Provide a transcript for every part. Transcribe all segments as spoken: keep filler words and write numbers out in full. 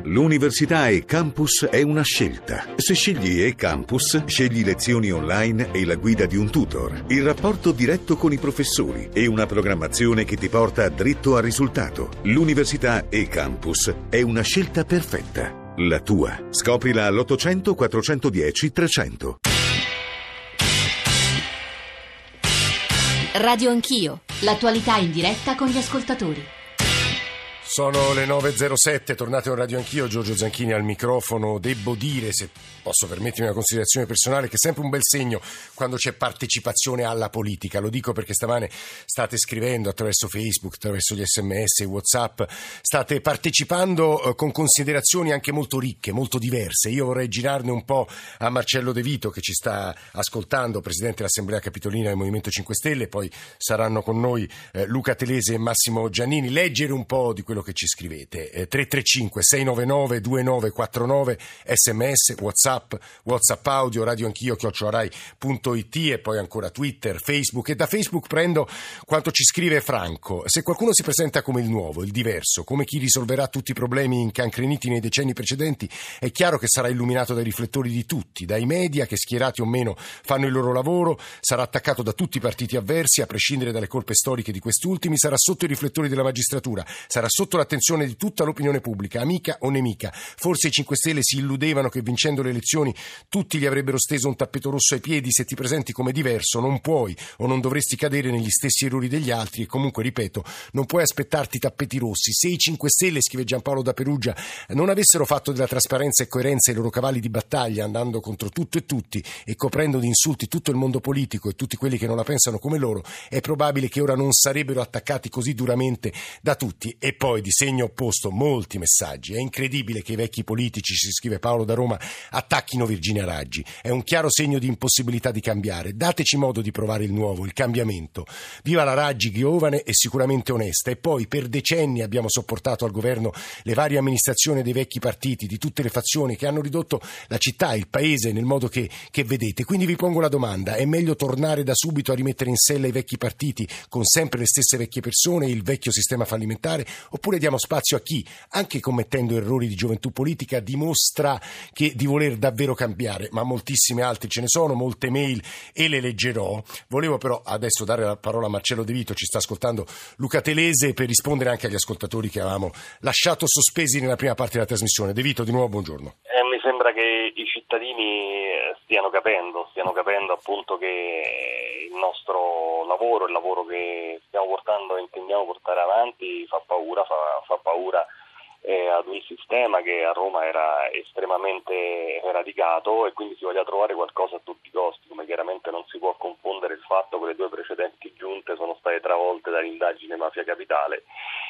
L'università e-Campus è una scelta. Se scegli e-Campus, scegli lezioni online e la guida di un tutor, il rapporto diretto con i professori e una programmazione che ti porta dritto al risultato. L'università e-Campus è una scelta perfetta. La tua. Scoprila all'ottocento quattrocentodieci trecento. Radio Anch'io, l'attualità in diretta con gli ascoltatori. Sono le nove e zero sette, tornate a Radio Anch'io, Giorgio Zanchini al microfono. Devo dire, se posso permettermi una considerazione personale, che è sempre un bel segno quando c'è partecipazione alla politica. Lo dico perché stamane state scrivendo attraverso Facebook, attraverso gli sms, WhatsApp, state partecipando eh, con considerazioni anche molto ricche, molto diverse. Io vorrei girarne un po' a Marcello De Vito, che ci sta ascoltando, Presidente dell'Assemblea Capitolina del Movimento cinque Stelle, poi saranno con noi eh, Luca Telese e Massimo Giannini, leggere un po' di quello che ci scrivete. eh, tre tre cinque sei nove nove due nove quattro nove, sms, whatsapp, whatsapp audio, radio anch'io chiocciola rai punto it, e poi ancora Twitter, Facebook. E da Facebook prendo quanto ci scrive Franco: se qualcuno si presenta come il nuovo, il diverso, come chi risolverà tutti i problemi incancreniti nei decenni precedenti, è chiaro che sarà illuminato dai riflettori di tutti, dai media che, schierati o meno, fanno il loro lavoro, sarà attaccato da tutti i partiti avversi, a prescindere dalle colpe storiche di questi ultimi, sarà sotto i riflettori della magistratura, sarà sotto l'attenzione di tutta l'opinione pubblica, amica o nemica. Forse i cinque Stelle si illudevano che vincendo le elezioni tutti gli avrebbero steso un tappeto rosso ai piedi. Se ti presenti come diverso non puoi o non dovresti cadere negli stessi errori degli altri, e comunque, ripeto, non puoi aspettarti tappeti rossi. Se i cinque Stelle, scrive Giampaolo da Perugia, non avessero fatto della trasparenza e coerenza i loro cavalli di battaglia, andando contro tutto e tutti e coprendo di insulti tutto il mondo politico e tutti quelli che non la pensano come loro, è probabile che ora non sarebbero attaccati così duramente da tutti. E poi di segno opposto molti messaggi. È incredibile che i vecchi politici, si scrive Paolo da Roma, attacchino Virginia Raggi. È un chiaro segno di impossibilità di cambiare. Dateci modo di provare il nuovo, il cambiamento. Viva la Raggi, giovane e sicuramente onesta. E poi per decenni abbiamo sopportato al governo le varie amministrazioni dei vecchi partiti, di tutte le fazioni, che hanno ridotto la città, il paese nel modo che, che vedete. Quindi vi pongo la domanda: è meglio tornare da subito a rimettere in sella i vecchi partiti con sempre le stesse vecchie persone e il vecchio sistema fallimentare, oppure diamo spazio a chi, anche commettendo errori di gioventù politica, dimostra che di voler davvero cambiare? Ma moltissime altre ce ne sono, molte mail, e le leggerò. Volevo però adesso dare la parola a Marcello De Vito, ci sta ascoltando Luca Telese, per rispondere anche agli ascoltatori che avevamo lasciato sospesi nella prima parte della trasmissione. De Vito, di nuovo buongiorno. Eh, mi sembra che i cittadini stiano capendo, stiano capendo appunto che il nostro lavoro, il lavoro che stiamo portando e intendiamo portare avanti fa paura, fa, fa paura eh, ad un sistema che a Roma era estremamente radicato, e quindi si voglia trovare qualcosa a tutti i costi, come chiaramente non si può confondere il fatto che le due precedenti giunte sono state travolte dall'indagine Mafia Capitale.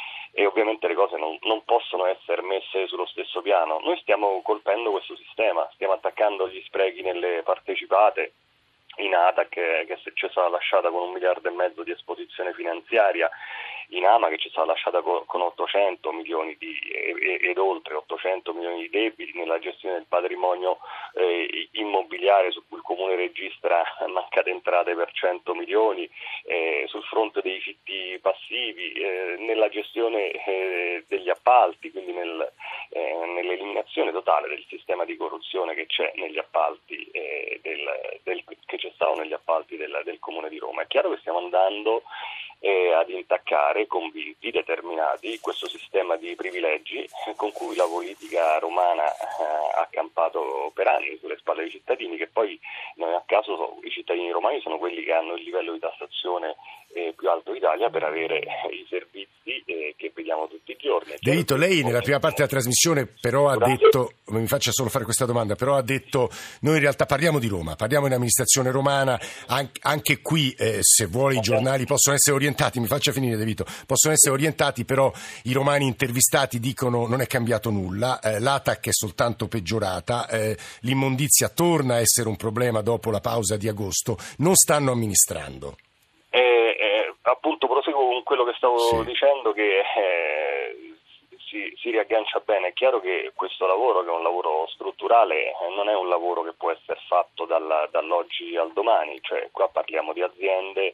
E ovviamente le cose non, non possono essere messe sullo stesso piano. Noi stiamo colpendo questo sistema, stiamo attaccando gli sprechi nelle partecipate, in ATAC che ci è stata lasciata con un miliardo e mezzo di esposizione finanziaria, in AMA che ci è stata lasciata con ottocento milioni di, ed oltre ottocento milioni di debiti, nella gestione del patrimonio eh, immobiliare su cui il Comune registra mancate entrate per cento milioni, eh, sul fronte dei fitti passivi, eh, nella gestione eh, degli appalti, quindi nel, eh, nell'eliminazione totale del sistema di corruzione che c'è negli appalti, eh, del, del, che c'è stato negli appalti del, del Comune di Roma. È chiaro che stiamo andando eh, ad intaccare, convinti, determinati, questo sistema di privilegi con cui la politica romana eh, ha campato per anni sulle spalle dei cittadini, che poi non a caso so, i cittadini romani sono quelli che hanno il livello di tassazione eh, più alto d'Italia per avere eh, i servizi eh, che vediamo tutti i giorni. De Vito, lei nella prima parte della trasmissione però ha detto, mi faccia solo fare questa domanda, però ha detto noi in realtà parliamo di Roma, parliamo di amministrazione romana, anche, anche qui eh, se vuole i giornali possono essere orientati, mi faccia finire De Vito, possono essere orientati, però i romani intervistati dicono non è cambiato nulla, eh, l'ATAC è soltanto peggiorata, eh, l'immondizia torna a essere un problema dopo la pausa di agosto, non stanno amministrando. Eh, eh, appunto proseguo con quello che stavo sì. dicendo, che eh, si, si riaggancia bene. È chiaro che questo lavoro, che è un lavoro strutturale, non è un lavoro che può essere fatto dalla, dall'oggi al domani, cioè qua parliamo di aziende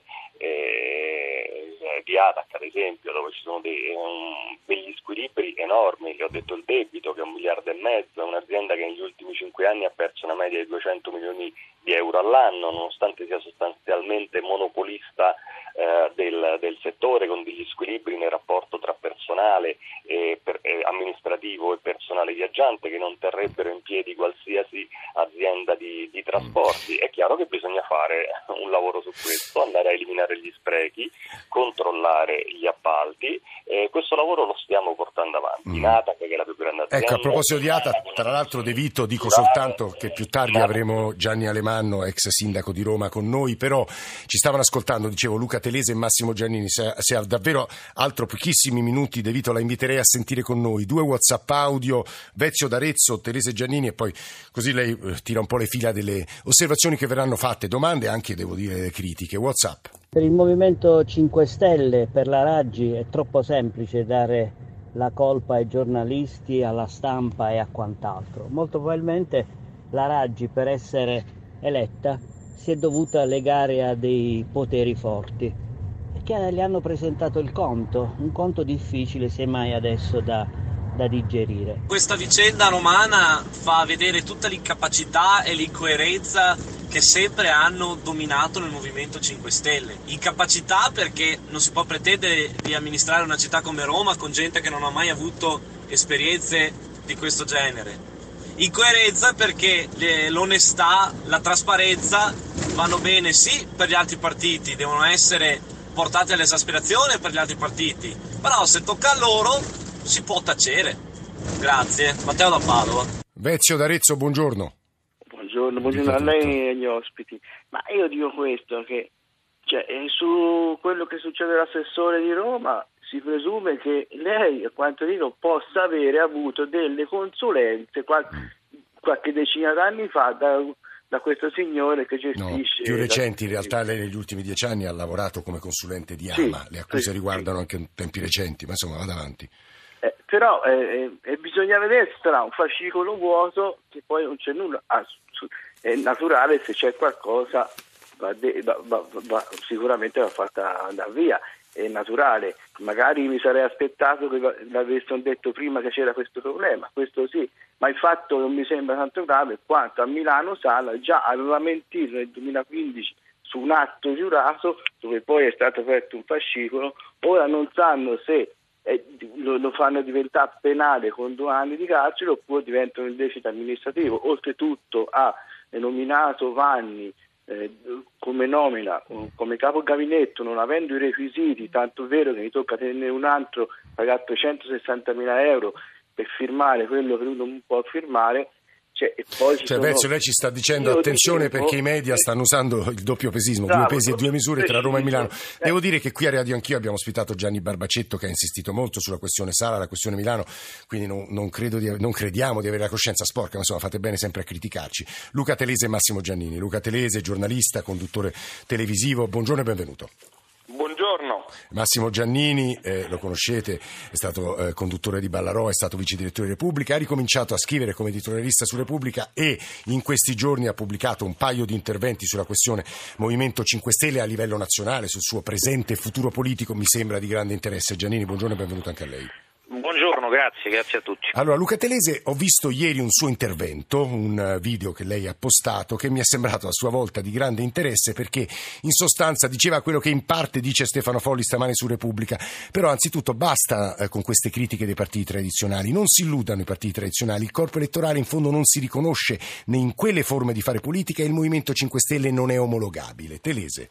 eh, di Atac ad esempio, dove ci sono dei, um, degli squilibri enormi. Le ho detto il debito che è un miliardo e mezzo, è un'azienda che negli ultimi cinque anni ha perso una media di duecento milioni di euro all'anno, nonostante sia sostanzialmente monopolista eh, del, del settore, con degli squilibri nel rapporto tra personale e per, eh, amministrativo e personale viaggiante che non terrebbero in piedi qualsiasi azienda di, di trasporti. È chiaro che bisogna fare un lavoro su questo, andare a eliminare gli sprechi, controllare gli appalti. Eh, questo lavoro lo stiamo portando avanti. Mm. In Atac, che è la più grande azienda. Ecco, a proposito di Atac, tra l'altro De Vito, dico soltanto che più tardi avremo Gianni Alemanno, ex sindaco di Roma, con noi, però ci stavano ascoltando, dicevo, Luca Telese e Massimo Giannini. Se, se ha davvero altro pochissimi minuti, De Vito, la inviterei a sentire con noi. Due WhatsApp audio, Vezio d'Arezzo, Telese Giannini, e poi così lei eh, tira un po' le fila delle osservazioni che verranno fatte, domande e anche, devo dire, critiche. WhatsApp. Per il Movimento cinque Stelle, per la Raggi, è troppo semplice dare la colpa ai giornalisti, alla stampa e a quant'altro. Molto probabilmente la Raggi, per essere eletta, si è dovuta legare a dei poteri forti che le hanno presentato il conto, un conto difficile semmai adesso da, da digerire. Questa vicenda romana fa vedere tutta l'incapacità e l'incoerenza che sempre hanno dominato nel Movimento cinque Stelle. Incapacità perché non si può pretendere di amministrare una città come Roma con gente che non ha mai avuto esperienze di questo genere. Incoerenza perché le, l'onestà, la trasparenza vanno bene sì per gli altri partiti, devono essere portati all'esasperazione per gli altri partiti, però se tocca a loro si può tacere. Grazie. Matteo da Padova. Vezio d'Arezzo, buongiorno. Buongiorno, buongiorno a lei e agli ospiti. Ma io dico questo, che cioè, su quello che succede all'assessore di Roma si presume che lei, a quanto dico, possa avere avuto delle consulenze qualche, qualche decina d'anni fa da, da questo signore che gestisce... No, più recenti, in realtà lei negli ultimi dieci anni ha lavorato come consulente di AMA, sì, le accuse sì, riguardano sì. anche tempi recenti, ma insomma vada avanti. Eh, però eh, eh, bisogna vedere se sarà un fascicolo vuoto che poi non c'è nulla. Ah, su, è naturale, se c'è qualcosa va de, va, va, va, sicuramente va fatta andare via, è naturale. Magari mi sarei aspettato che l'avessero detto prima che c'era questo problema, questo sì, ma il fatto non mi sembra tanto grave quanto a Milano Sala già aveva mentito nel duemilaquindici su un atto giurato dove poi è stato aperto un fascicolo. Ora non sanno se Eh, lo, lo fanno diventare penale con due anni di carcere oppure diventa un illecito amministrativo. Oltretutto ha nominato Vanni eh, come nomina, come capo gabinetto, non avendo i requisiti, tanto vero che mi tocca tenere un altro pagato centosessantamila euro per firmare quello che lui non può firmare. Cioè, e poi cioè, Vezio, lei ci sta dicendo io attenzione dicevo, perché i media stanno usando il doppio pesismo, bravo, due pesi e due misure tra Roma e Milano. Eh. Devo dire che qui a Radio Anch'io abbiamo ospitato Gianni Barbacetto, che ha insistito molto sulla questione Sala, la questione Milano, quindi non, non, credo di, non crediamo di avere la coscienza sporca, ma insomma fate bene sempre a criticarci. Luca Telese e Massimo Giannini. Luca Telese, giornalista, conduttore televisivo, buongiorno e benvenuto. Buongiorno. Massimo Giannini, eh, lo conoscete, è stato eh, conduttore di Ballarò, è stato vice direttore di Repubblica, ha ricominciato a scrivere come editorialista su Repubblica e in questi giorni ha pubblicato un paio di interventi sulla questione Movimento cinque Stelle a livello nazionale, sul suo presente e futuro politico, mi sembra di grande interesse. Giannini, buongiorno e benvenuto anche a lei. Buongiorno, grazie, grazie a tutti. Allora, Luca Telese, ho visto ieri un suo intervento, un video che lei ha postato, che mi è sembrato a sua volta di grande interesse perché in sostanza diceva quello che in parte dice Stefano Folli stamane su Repubblica. Però anzitutto basta eh, con queste critiche dei partiti tradizionali, non si illudano i partiti tradizionali, il corpo elettorale in fondo non si riconosce né in quelle forme di fare politica e il Movimento cinque Stelle non è omologabile. Telese.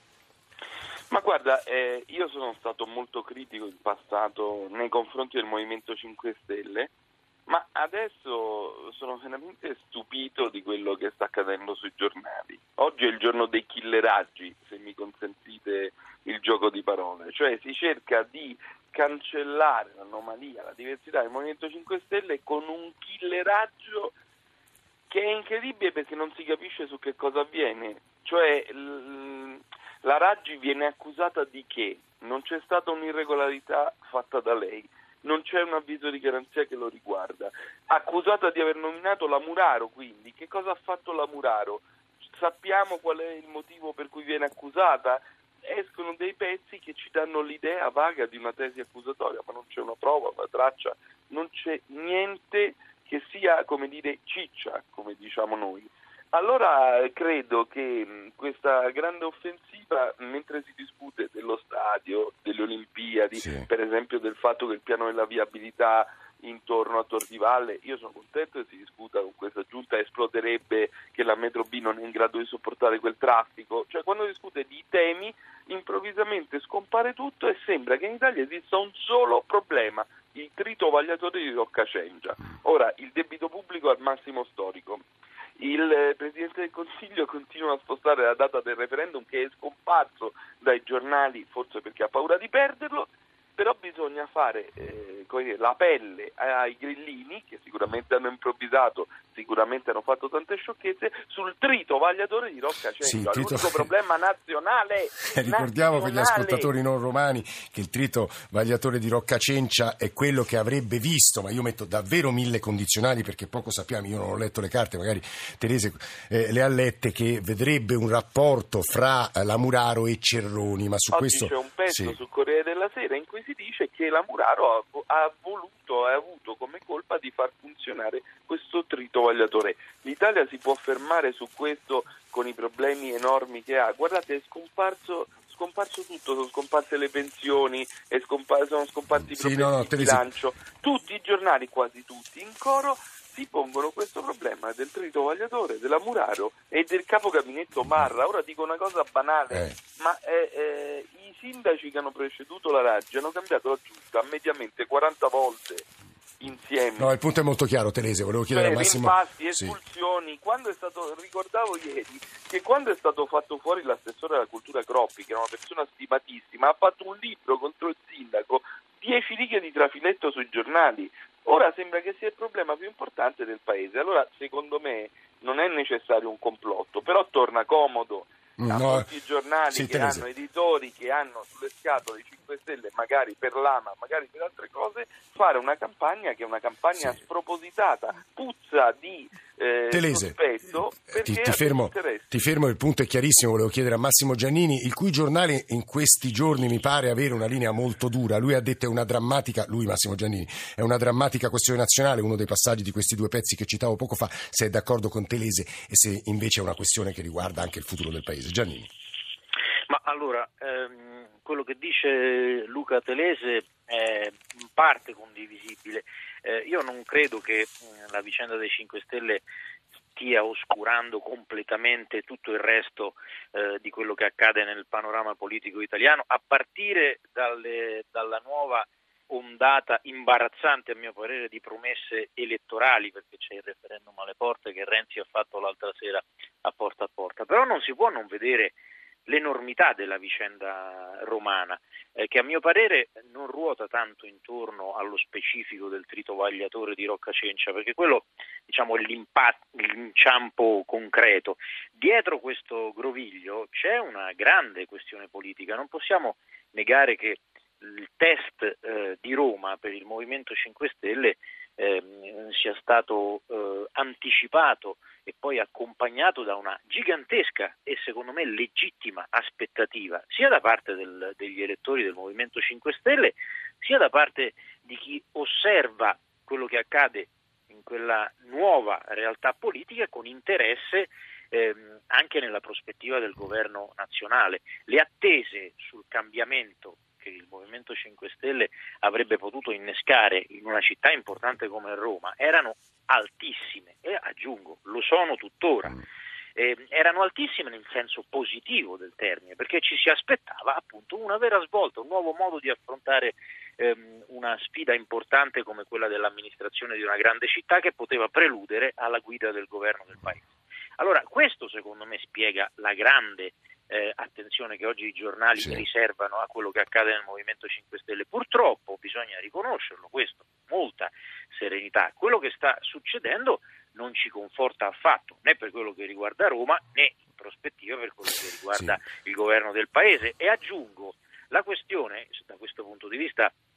Ma guarda, eh, io sono stato molto critico in passato nei confronti del Movimento cinque Stelle, ma adesso sono veramente stupito di quello che sta accadendo sui giornali. Oggi è il giorno dei killeraggi, se mi consentite il gioco di parole, cioè si cerca di cancellare l'anomalia, la diversità del Movimento cinque Stelle con un killeraggio che è incredibile perché non si capisce su che cosa avviene, cioè l- la Raggi viene accusata di che? Non c'è stata un'irregolarità fatta da lei. non c'è un avviso di garanzia che lo riguarda. Accusata di aver nominato la Muraro, quindi, che cosa ha fatto la Muraro? Sappiamo qual è il motivo per cui viene accusata? Escono dei pezzi che ci danno l'idea vaga di una tesi accusatoria, ma non c'è una prova, una traccia, non c'è niente che sia, come dire, ciccia, come diciamo noi. Allora credo che questa grande offensiva, mentre si discute dello stadio, delle Olimpiadi, sì. per esempio del fatto che il piano della viabilità intorno a Tor di Valle, io sono contento che si discuta con questa giunta, esploderebbe che la metro B non è in grado di sopportare quel traffico, cioè quando discute di temi improvvisamente scompare tutto e sembra che in Italia esista un solo problema, il trito vagliatore di Roccacengia. Ora, il debito pubblico al massimo storico. Il Presidente del Consiglio continua a spostare la data del referendum, che è scomparso dai giornali, forse perché ha paura di perderlo, però bisogna fare eh, come dire, la pelle ai grillini, che sicuramente hanno improvvisato, sicuramente hanno fatto tante sciocchezze, sul trito vagliatore di Roccacengia, sì, trito... l'unico problema nazionale. Ricordiamo nazionale. per gli ascoltatori non romani che il trito vagliatore di Roccacengia è quello che avrebbe visto, ma io metto davvero mille condizionali perché poco sappiamo, io non ho letto le carte, magari Telese eh, le ha lette, che vedrebbe un rapporto fra la Muraro e Cerroni, ma su Oggi questo c'è un pezzo sì. sul Corriere della Sera in cui si dice che la Muraro ha, ha voluto, ha avuto come colpa di far funzionare questo trito vagliatore. L'Italia si può fermare su questo con i problemi enormi che ha. Guardate, è scomparso scomparso tutto, sono scomparse le pensioni, è scomparso, sono scomparsi i sì, problemi no, no, di bilancio. Tutti i giornali, quasi tutti, in coro si pongono questo problema del trito vagliatore, della Muraro e del capo gabinetto Marra. Ora dico una cosa banale, eh. ma eh, eh, i sindaci che hanno preceduto la Raggi hanno cambiato la giunta mediamente quaranta volte insieme. No, il punto è molto chiaro, Telese, volevo chiedere cioè, al Massimo... Rimpasti, espulsioni, sì. Quando è stato, ricordavo ieri che quando è stato fatto fuori l'assessore alla cultura Croppi, che era una persona stimatissima, ha fatto un libro contro il sindaco, dieci righe di trafiletto sui giornali. Ora sembra che sia il problema più importante del paese. Allora, secondo me, non è necessario un complotto, però torna comodo a no, tutti i giornali sì, che Telese. hanno editori, che hanno sulle scatole i cinque Stelle, magari per l'Ama, magari per altre cose, fare una campagna che è una campagna sì. spropositata, puzza di eh, Telese, sospetto, ti, ti, fermo, ti fermo, il punto è chiarissimo. Volevo chiedere a Massimo Giannini, il cui giornale in questi giorni mi pare avere una linea molto dura. Lui ha detto è una drammatica, lui Massimo Giannini, è una drammatica questione nazionale, uno dei passaggi di questi due pezzi che citavo poco fa, se è d'accordo con Telese e se invece è una questione che riguarda anche il futuro del paese. Giannini. Ma allora, ehm, quello che dice Luca Telese è in parte condivisibile. Eh, io non credo che eh, la vicenda dei cinque Stelle stia oscurando completamente tutto il resto eh, di quello che accade nel panorama politico italiano, a partire dalle, dalla nuova ondata imbarazzante, a mio parere, di promesse elettorali, perché c'è il referendum alle porte che Renzi ha fatto l'altra sera a Porta a Porta. Però non si può non vedere l'enormità della vicenda romana, eh, che a mio parere non ruota tanto intorno allo specifico del trito vagliatore di Roccacengia, perché quello, diciamo, è l'inciampo concreto. Dietro questo groviglio c'è una grande questione politica. Non possiamo negare che il test eh, di Roma per il Movimento cinque Stelle eh, sia stato eh, anticipato e poi accompagnato da una gigantesca e secondo me legittima aspettativa sia da parte del, degli elettori del Movimento cinque Stelle sia da parte di chi osserva quello che accade in quella nuova realtà politica con interesse ehm, anche nella prospettiva del governo nazionale. Le attese sul cambiamento che il Movimento cinque Stelle avrebbe potuto innescare in una città importante come Roma erano altissime e aggiungo, lo sono tuttora. Eh, erano altissime nel senso positivo del termine, perché ci si aspettava appunto una vera svolta, un nuovo modo di affrontare ehm, una sfida importante come quella dell'amministrazione di una grande città che poteva preludere alla guida del governo del paese. Allora, questo secondo me spiega la grande eh, attenzione che oggi i giornali sì. riservano a quello che accade nel Movimento cinque Stelle. Purtroppo, bisogna riconoscerlo, questo, molta serenità. Quello che sta succedendo non ci conforta affatto, né per quello che riguarda Roma, né in prospettiva per quello che riguarda sì. il governo del paese. E aggiungo, la questione, da questo punto di vista,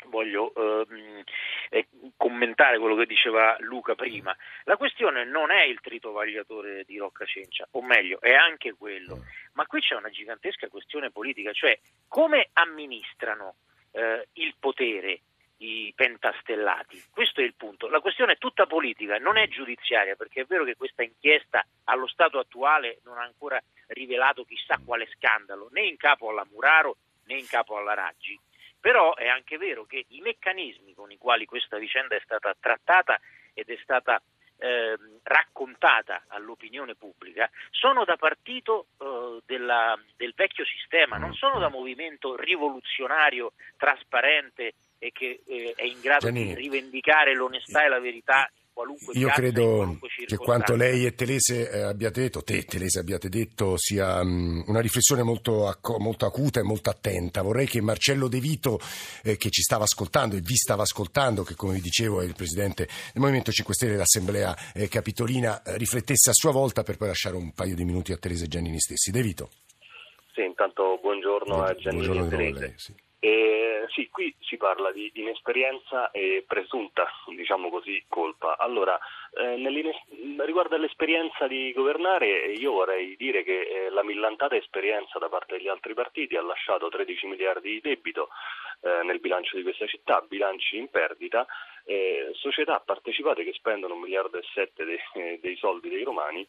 voglio ehm, eh, commentare quello che diceva Luca prima. La questione non è il tritovagliatore di Rocca Cencia, o meglio, è anche quello, ma qui c'è una gigantesca questione politica, cioè come amministrano eh, il potere i pentastellati. Questo è il punto. La questione è tutta politica, non è giudiziaria, perché è vero che questa inchiesta allo stato attuale non ha ancora rivelato chissà quale scandalo, né in capo alla Muraro né in capo alla Raggi. Però è anche vero che i meccanismi con i quali questa vicenda è stata trattata ed è stata eh, raccontata all'opinione pubblica sono da partito eh, della, del vecchio sistema, non sono da movimento rivoluzionario, trasparente e che eh, è in grado Giannini. di rivendicare l'onestà e la verità in qualunque Io piazza, credo in qualunque che quanto lei e Telese eh, abbiate detto, te Telese abbiate detto, sia um, una riflessione molto, acco, molto acuta e molto attenta. Vorrei che Marcello De Vito, eh, che ci stava ascoltando e vi stava ascoltando, che come vi dicevo è il presidente del Movimento cinque Stelle dell'Assemblea eh, Capitolina, eh, riflettesse a sua volta per poi lasciare un paio di minuti a Telese e Giannini stessi. De Vito. Sì, intanto buongiorno, buongiorno a Giannini buongiorno e Telese. Lei, sì. Eh, sì, qui si parla di inesperienza e presunta, diciamo così, colpa. Allora, eh, riguardo all'esperienza di governare, io vorrei dire che eh, la millantata esperienza da parte degli altri partiti ha lasciato tredici miliardi di debito eh, nel bilancio di questa città, bilanci in perdita, eh, società partecipate che spendono un miliardo e sette dei, eh, dei soldi dei romani,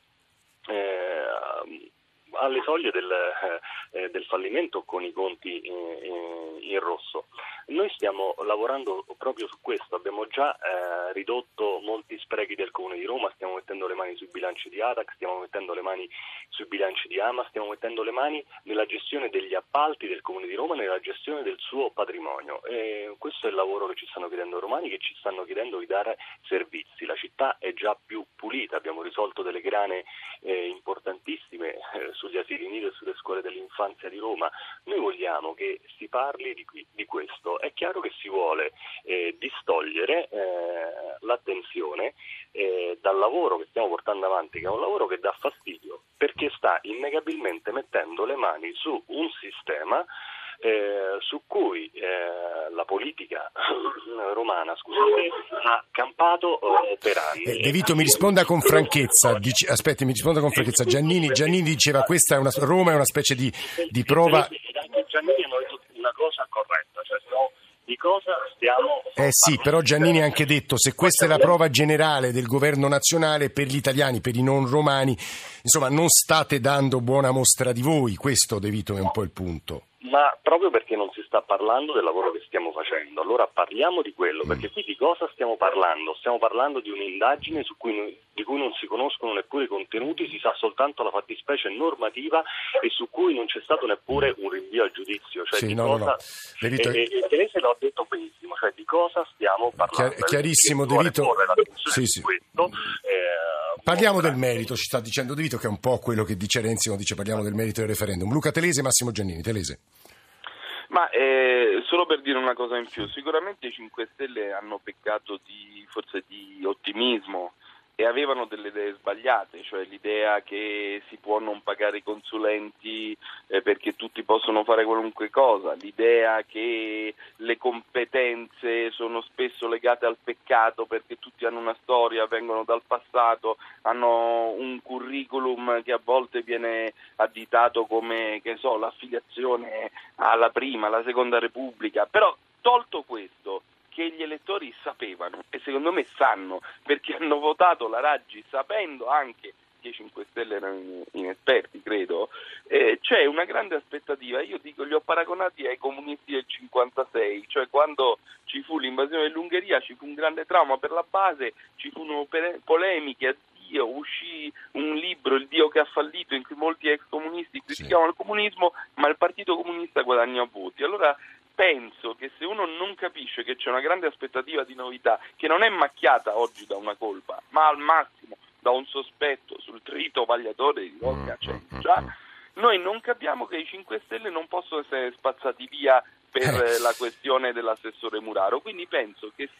eh, alle soglie del, eh, del fallimento con i conti in, in rosso. Noi stiamo lavorando proprio su questo, abbiamo già eh, ridotto molti sprechi del Comune di Roma, stiamo mettendo le mani sui bilanci di Atac, stiamo mettendo le mani sui bilanci di Ama, stiamo mettendo le mani nella gestione degli appalti del Comune di Roma, nella gestione del suo patrimonio. E questo è il lavoro che ci stanno chiedendo i romani, che ci stanno chiedendo di dare servizi. La città è già più pulita, abbiamo risolto delle grane eh, importantissime eh, sugli asili nido e sulle scuole dell'infanzia di Roma. Noi vogliamo che si parli di, di questo. È chiaro che si vuole eh, distogliere eh, l'attenzione eh, dal lavoro che stiamo portando avanti, che è un lavoro che dà fastidio, perché sta innegabilmente mettendo le mani su un sistema Eh, su cui eh, la politica romana, scusate, ha campato eh, per anni. Eh, De Vito mi risponda con franchezza, dici, aspetti, mi risponda con franchezza. Giannini, Giannini diceva questa è una Roma è una specie di, di prova. Giannini hanno detto una cosa corretta, cioè no, di cosa stiamo Eh sì, però Giannini ha anche detto se questa è la prova generale del governo nazionale per gli italiani, per i non romani, insomma non state dando buona mostra di voi, questo De Vito è un po' il punto. Ma proprio perché non si sta parlando del lavoro che stiamo facendo, allora parliamo di quello, perché qui di cosa stiamo parlando? Stiamo parlando di un'indagine su cui non, di cui non si conoscono neppure i contenuti, si sa soltanto la fattispecie normativa e su cui non c'è stato neppure un rinvio al giudizio. Cioè sì, di no, cosa, no, no. De Vito... E, e Telese l'ho detto benissimo, cioè di cosa stiamo parlando. Chiar- chiarissimo De Vito. Sì, sì. Questo, eh, Parliamo del merito, ci sta dicendo De Vito, che è un po' quello che dice Renzi quando dice parliamo del merito del referendum. Luca Telese e Massimo Giannini. Telese. Ma eh, solo per dire una cosa in più, sicuramente i cinque Stelle hanno peccato di, forse di ottimismo e avevano delle idee sbagliate, cioè l'idea che si può non pagare i consulenti eh, perché tutti possono fare qualunque cosa, l'idea che le competenze sono spesso legate al peccato perché tutti hanno una storia, vengono dal passato, hanno un curriculum che a volte viene additato come, che so, l'affiliazione alla prima, alla seconda Repubblica, però tolto questo, che gli elettori sapevano e secondo me sanno, perché hanno votato la Raggi sapendo anche che i cinque Stelle erano inesperti, credo, eh, c'è una grande aspettativa. Io dico, li ho paragonati ai comunisti del cinquantasei, cioè quando ci fu l'invasione dell'Ungheria ci fu un grande trauma per la base, ci furono pe- polemiche, addio, uscì un libro, Il Dio che ha fallito, in cui molti ex comunisti criticavano il comunismo, ma il Partito Comunista guadagnò voti. Allora penso che se uno non capisce che c'è una grande aspettativa di novità, che non è macchiata oggi da una colpa, ma al massimo da un sospetto sul tritovagliatore di Rocca Cencia, noi non capiamo che i cinque Stelle non possono essere spazzati via per la questione dell'assessore Muraro. Quindi penso che se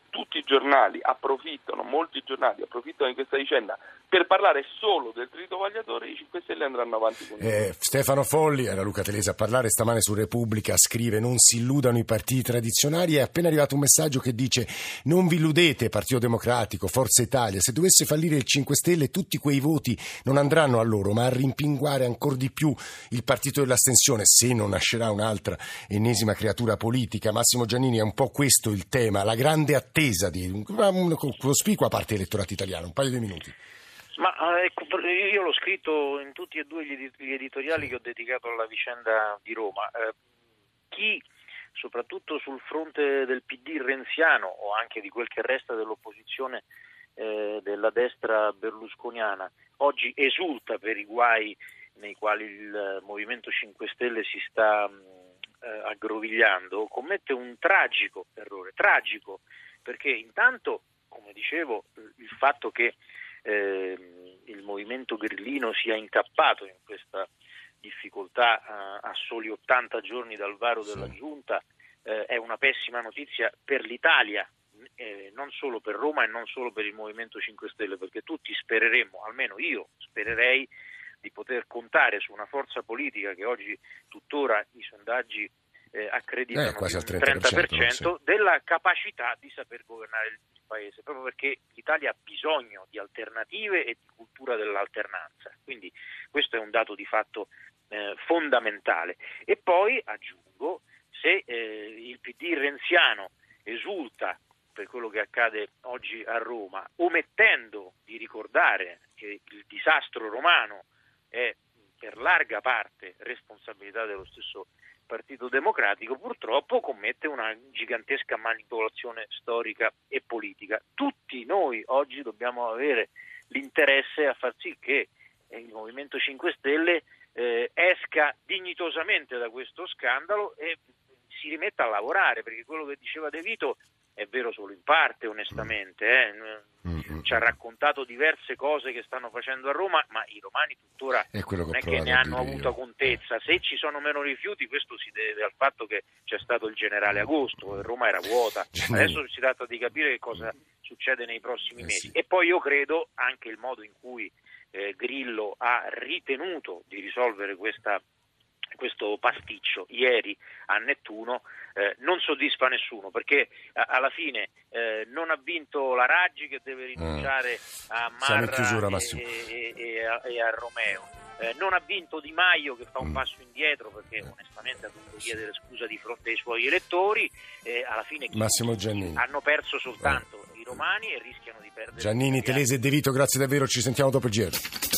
tutti i giornali approfittano, molti giornali approfittano di questa vicenda per parlare solo del Trito Vagliatore, i cinque Stelle andranno avanti con eh, Stefano Folli, era Luca Telese a parlare stamane su Repubblica, scrive: non si illudano i partiti tradizionali. È appena arrivato un messaggio che dice: non vi illudete, Partito Democratico, Forza Italia, se dovesse fallire il cinque Stelle tutti quei voti non andranno a loro ma a rimpinguare ancora di più il partito dell'astensione, se non nascerà un'altra ennesima creatura politica. Massimo Giannini, è un po' questo il tema, la grande attesa di una cospicua parte dell'elettorato italiano. Un paio di minuti. Ma ecco, io l'ho scritto in tutti e due gli editoriali che ho dedicato alla vicenda di Roma. Eh, chi, soprattutto sul fronte del P D renziano o anche di quel che resta dell'opposizione eh, della destra berlusconiana, oggi esulta per i guai nei quali il Movimento cinque Stelle si sta eh, aggrovigliando, commette un tragico errore, tragico, perché intanto, come dicevo, il fatto che Eh, il movimento grillino sia incappato in questa difficoltà a, a soli ottanta giorni dal varo della sì. Giunta eh, è una pessima notizia per l'Italia, eh, non solo per Roma e non solo per il Movimento cinque Stelle, perché tutti spereremmo, almeno io spererei, di poter contare su una forza politica che oggi tuttora i sondaggi eh, accreditano eh, quasi al trenta per cento sì. della capacità di saper governare il Paese, proprio perché l'Italia ha bisogno di alternative e di cultura dell'alternanza, quindi questo è un dato di fatto eh, fondamentale. E poi aggiungo, se eh, il P D renziano esulta per quello che accade oggi a Roma, omettendo di ricordare che il disastro romano è per larga parte responsabilità dello stesso Partito Democratico, purtroppo commette una gigantesca manipolazione storica e politica. Tutti noi oggi dobbiamo avere l'interesse a far sì che il Movimento cinque Stelle eh, esca dignitosamente da questo scandalo e si rimetta a lavorare, perché quello che diceva De Vito è vero solo in parte, onestamente, eh. Ci ha raccontato diverse cose che stanno facendo a Roma, ma i romani tuttora è non è che ne hanno avuto contezza. Se ci sono meno rifiuti, questo si deve al fatto che c'è stato il generale agosto e Roma era vuota. Adesso si tratta di capire che cosa succede nei prossimi mesi. Eh sì. E poi io credo anche il modo in cui eh, Grillo ha ritenuto di risolvere questa questo pasticcio ieri a Nettuno eh, non soddisfa nessuno, perché a, alla fine eh, non ha vinto la Raggi, che deve rinunciare mm. a Marra chiusura, e, e, e, a, e a Romeo, eh, non ha vinto Di Maio, che fa un mm. passo indietro perché onestamente ha dovuto chiedere scusa di fronte ai suoi elettori, eh, alla fine Massimo Giannini. hanno perso soltanto eh. i romani e rischiano di perdere. Giannini, Telese e De Vito, grazie davvero, ci sentiamo dopo il G R.